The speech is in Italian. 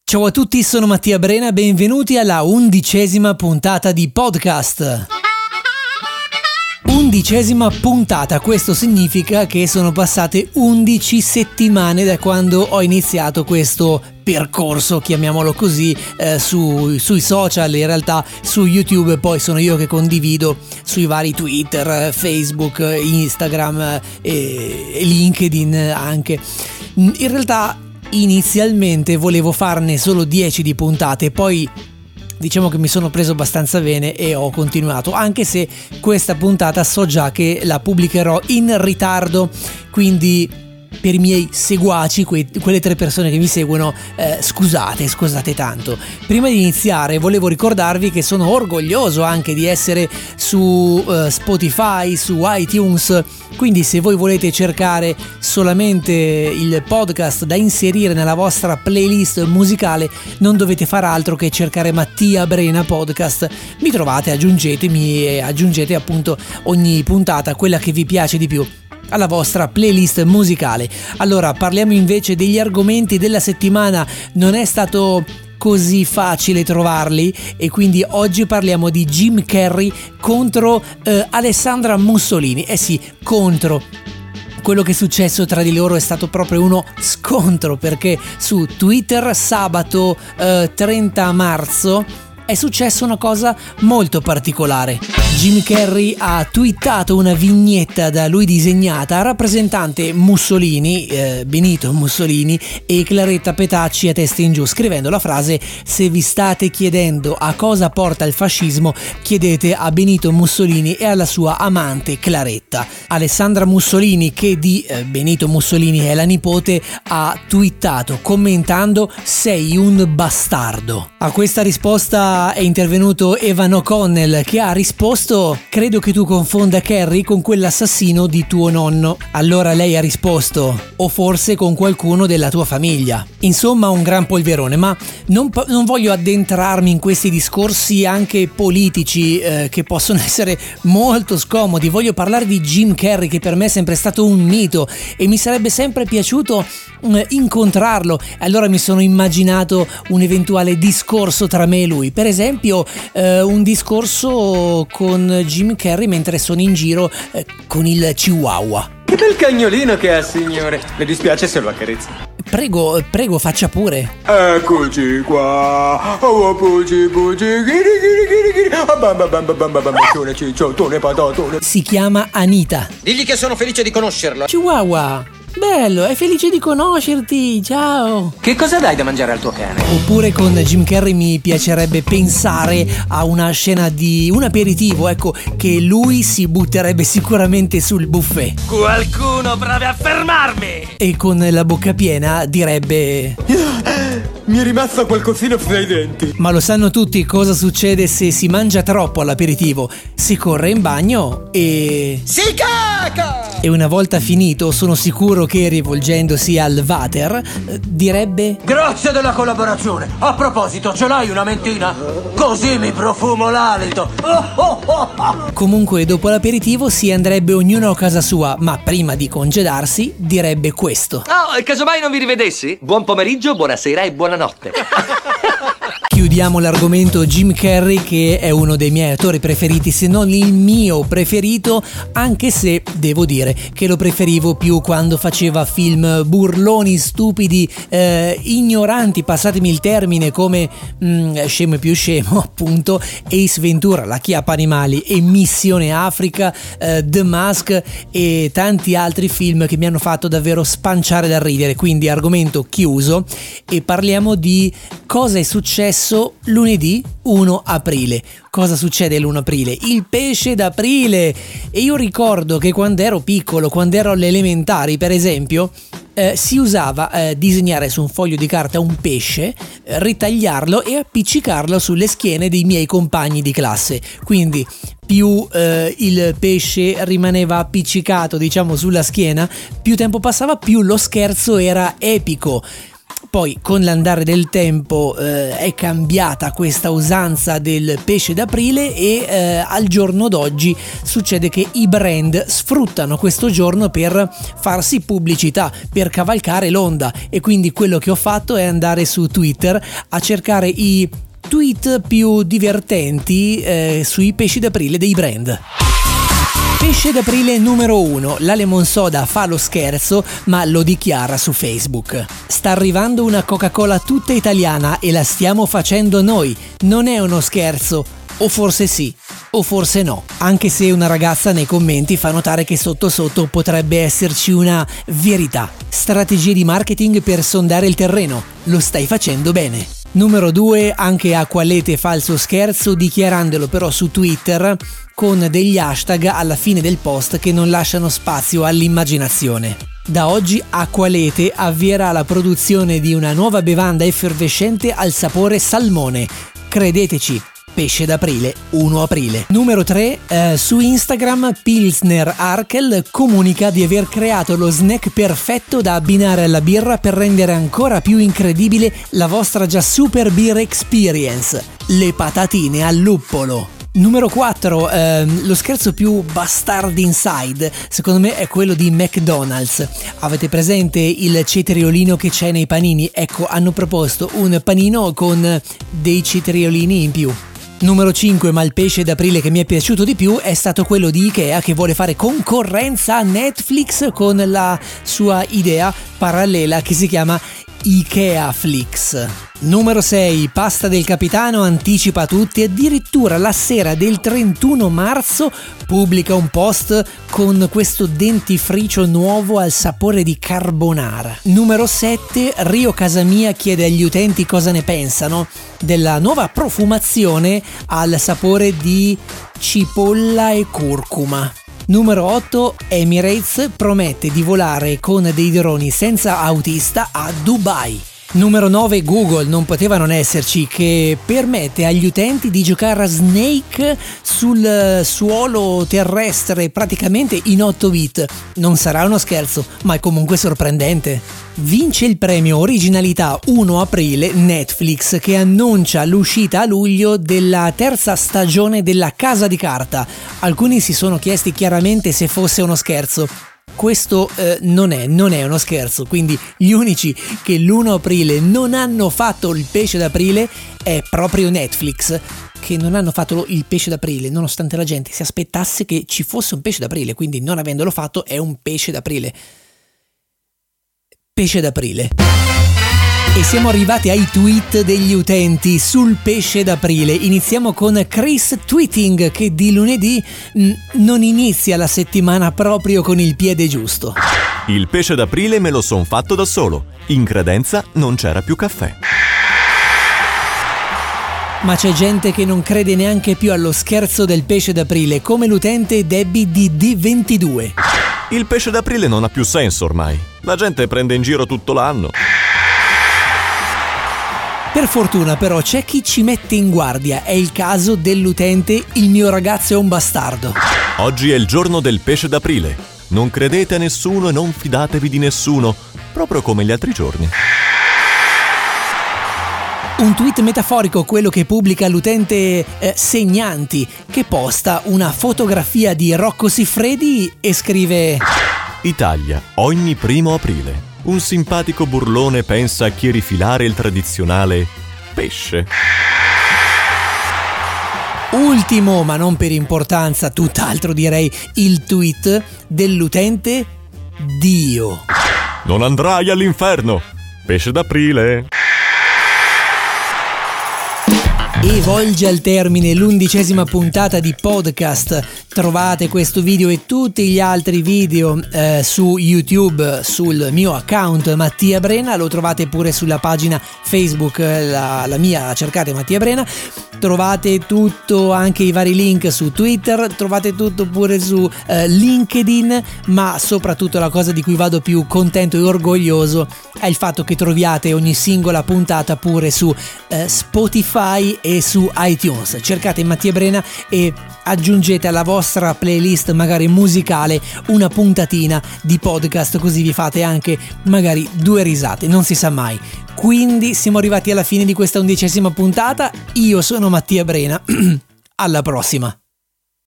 Ciao a tutti, sono Mattia Brena, benvenuti alla 11ª puntata di podcast. 11ª puntata, questo significa che sono passate 11 settimane da quando ho iniziato questo percorso, chiamiamolo così, sui social, in realtà su YouTube. Poi sono io che condivido sui vari Twitter, Facebook, Instagram e LinkedIn anche. In realtà inizialmente volevo farne solo 10 di puntate, poi diciamo che mi sono preso abbastanza bene e ho continuato, anche se questa puntata so già che la pubblicherò in ritardo, quindi per i miei seguaci, quelle 3 persone che mi seguono, scusate tanto. Prima di iniziare volevo ricordarvi che sono orgoglioso anche di essere su Spotify, su iTunes, quindi se voi volete cercare solamente il podcast da inserire nella vostra playlist musicale non dovete fare altro che cercare Mattia Brena Podcast, mi trovate, aggiungetemi e aggiungete appunto ogni puntata quella che vi piace di più alla vostra playlist musicale. Allora, parliamo invece degli argomenti della settimana. Non è stato così facile trovarli e quindi oggi parliamo di Jim Carrey contro Alessandra Mussolini. Sì, contro. Quello che è successo tra di loro è stato proprio uno scontro, perché su Twitter sabato 30 marzo è successa una cosa molto particolare. Jim Carrey ha twittato una vignetta da lui disegnata rappresentante Mussolini, Benito Mussolini e Claretta Petacci a testa in giù, scrivendo la frase: se vi state chiedendo a cosa porta il fascismo, chiedete a Benito Mussolini e alla sua amante Claretta. Alessandra Mussolini, che di Benito Mussolini è la nipote, ha twittato commentando: sei un bastardo. A questa risposta è intervenuto Evan O'Connell, che ha risposto: credo che tu confonda Carrey con quell'assassino di tuo nonno. Allora lei ha risposto: o forse con qualcuno della tua famiglia. Insomma, un gran polverone, ma non voglio addentrarmi in questi discorsi anche politici che possono essere molto scomodi. Voglio parlare di Jim Carrey, che per me è sempre stato un mito e mi sarebbe sempre piaciuto incontrarlo. Allora mi sono immaginato un eventuale discorso tra me e lui, per esempio un discorso con Jim Carrey mentre sono in giro con il Chihuahua. Che bel cagnolino che ha, signore. Mi dispiace se lo accarezza. Prego, faccia pure. Eccoci qua. Oh, puci, ghiri. Bamba, cicciotone, patatone. Si chiama Anita. Digli che sono felice di conoscerlo. Chihuahua, bello, è felice di conoscerti, ciao. Che cosa dai da mangiare al tuo cane? Oppure con Jim Carrey mi piacerebbe pensare a una scena di un aperitivo, ecco, che lui si butterebbe sicuramente sul buffet. Qualcuno provi a fermarmi! E con la bocca piena direbbe: mi è rimasto qualcosina fra i denti. ma lo sanno tutti cosa succede se si mangia troppo all'aperitivo? Si corre in bagno e... si caca! E una volta finito sono sicuro che, rivolgendosi al water, direbbe: grazie della collaborazione. A proposito, ce l'hai una mentina? Così mi profumo l'alito. Comunque dopo l'aperitivo si andrebbe ognuno a casa sua, ma prima di congedarsi direbbe questo. Oh, casomai non vi rivedessi? Buon pomeriggio, buonasera e buonanotte. Chiudiamo l'argomento Jim Carrey, che è uno dei miei attori preferiti, se non il mio preferito, anche se devo dire che lo preferivo più quando faceva film burloni, stupidi, ignoranti, passatemi il termine, come Scemo e più scemo, appunto, Ace Ventura, La Chiappa Animali e Missione Africa, The Mask e tanti altri film che mi hanno fatto davvero spanciare da ridere. Quindi argomento chiuso e parliamo di cosa è successo lunedì 1 aprile. Cosa succede l'1 aprile? Il pesce d'aprile. E io ricordo che quando ero piccolo, quando ero alle elementari per esempio, si usava disegnare su un foglio di carta un pesce, ritagliarlo e appiccicarlo sulle schiene dei miei compagni di classe. Quindi più il pesce rimaneva appiccicato, diciamo, sulla schiena, più tempo passava, più lo scherzo era epico. Poi con l'andare del tempo è cambiata questa usanza del pesce d'aprile e al giorno d'oggi succede che i brand sfruttano questo giorno per farsi pubblicità, per cavalcare l'onda, e quindi quello che ho fatto è andare su Twitter a cercare i tweet più divertenti sui pesci d'aprile dei brand. Pesce d'aprile numero 1. La Lemon Soda fa lo scherzo, ma lo dichiara su Facebook. Sta arrivando una Coca-Cola tutta italiana e la stiamo facendo noi. Non è uno scherzo. O forse sì, o forse no. Anche se una ragazza nei commenti fa notare che sotto sotto potrebbe esserci una verità. Strategie di marketing per sondare il terreno. Lo stai facendo bene. Numero 2, anche Acqualete fa il suo scherzo, dichiarandolo però su Twitter con degli hashtag alla fine del post che non lasciano spazio all'immaginazione. Da oggi Acqualete avvierà la produzione di una nuova bevanda effervescente al sapore salmone. Credeteci, pesce d'aprile, 1 aprile. Numero 3, su Instagram Pilsner Arkel comunica di aver creato lo snack perfetto da abbinare alla birra per rendere ancora più incredibile la vostra già super beer experience, le patatine al luppolo. Numero 4, lo scherzo più bastard inside, secondo me è quello di McDonald's. Avete presente il cetriolino che c'è nei panini? Ecco, hanno proposto un panino con dei cetriolini in più. Numero 5, ma il pesce d'aprile che mi è piaciuto di più è stato quello di Ikea, che vuole fare concorrenza a Netflix con la sua idea parallela che si chiama IkeaFlix. Numero 6, Pasta del Capitano anticipa tutti, addirittura la sera del 31 marzo pubblica un post con questo dentifricio nuovo al sapore di carbonara. Numero 7, Rio Casamia chiede agli utenti cosa ne pensano della nuova profumazione al sapore di cipolla e curcuma. Numero 8, Emirates promette di volare con dei droni senza autista a Dubai. Numero 9, Google, non poteva non esserci, che permette agli utenti di giocare a Snake sul suolo terrestre praticamente in 8 bit. Non sarà uno scherzo, ma è comunque sorprendente. Vince il premio Originalità 1 aprile Netflix, che annuncia l'uscita a luglio della terza stagione della Casa di Carta. Alcuni si sono chiesti chiaramente se fosse uno scherzo. Questo non è uno scherzo, quindi gli unici che l'1 aprile non hanno fatto il pesce d'aprile è proprio Netflix, che non hanno fatto il pesce d'aprile nonostante la gente si aspettasse che ci fosse un pesce d'aprile, quindi non avendolo fatto è un pesce d'aprile. Pesce d'aprile. E siamo arrivati ai tweet degli utenti sul pesce d'aprile. Iniziamo con Chris Tweeting, che di lunedì non inizia la settimana proprio con il piede giusto. Il pesce d'aprile me lo son fatto da solo. In credenza non c'era più caffè. Ma c'è gente che non crede neanche più allo scherzo del pesce d'aprile, come l'utente Debbie di D22. Il pesce d'aprile non ha più senso ormai. La gente prende in giro tutto l'anno. Per fortuna però c'è chi ci mette in guardia, è il caso dell'utente Il mio ragazzo è un bastardo. Oggi è il giorno del pesce d'aprile. Non credete a nessuno e non fidatevi di nessuno, proprio come gli altri giorni. Un tweet metaforico, quello che pubblica l'utente Segnanti, che posta una fotografia di Rocco Siffredi e scrive: Italia, ogni 1 aprile. Un simpatico burlone pensa a chi rifilare il tradizionale pesce. Ultimo, ma non per importanza, tutt'altro direi, il tweet dell'utente Dio. Non andrai all'inferno, pesce d'aprile. E volge al termine l'11ª puntata di podcast. Trovate questo video e tutti gli altri video su YouTube sul mio account Mattia Brena, lo trovate pure sulla pagina Facebook, la mia, cercate Mattia Brena. Trovate tutto, anche i vari link su Twitter, trovate tutto pure su LinkedIn, ma soprattutto la cosa di cui vado più contento e orgoglioso è il fatto che troviate ogni singola puntata pure su Spotify e su iTunes. Cercate Mattia Brena e aggiungete alla vostra vostra playlist magari musicale una puntatina di podcast, così vi fate anche magari 2 risate, non si sa mai. Quindi siamo arrivati alla fine di questa 11ª puntata. Io sono Mattia Brena. Alla prossima.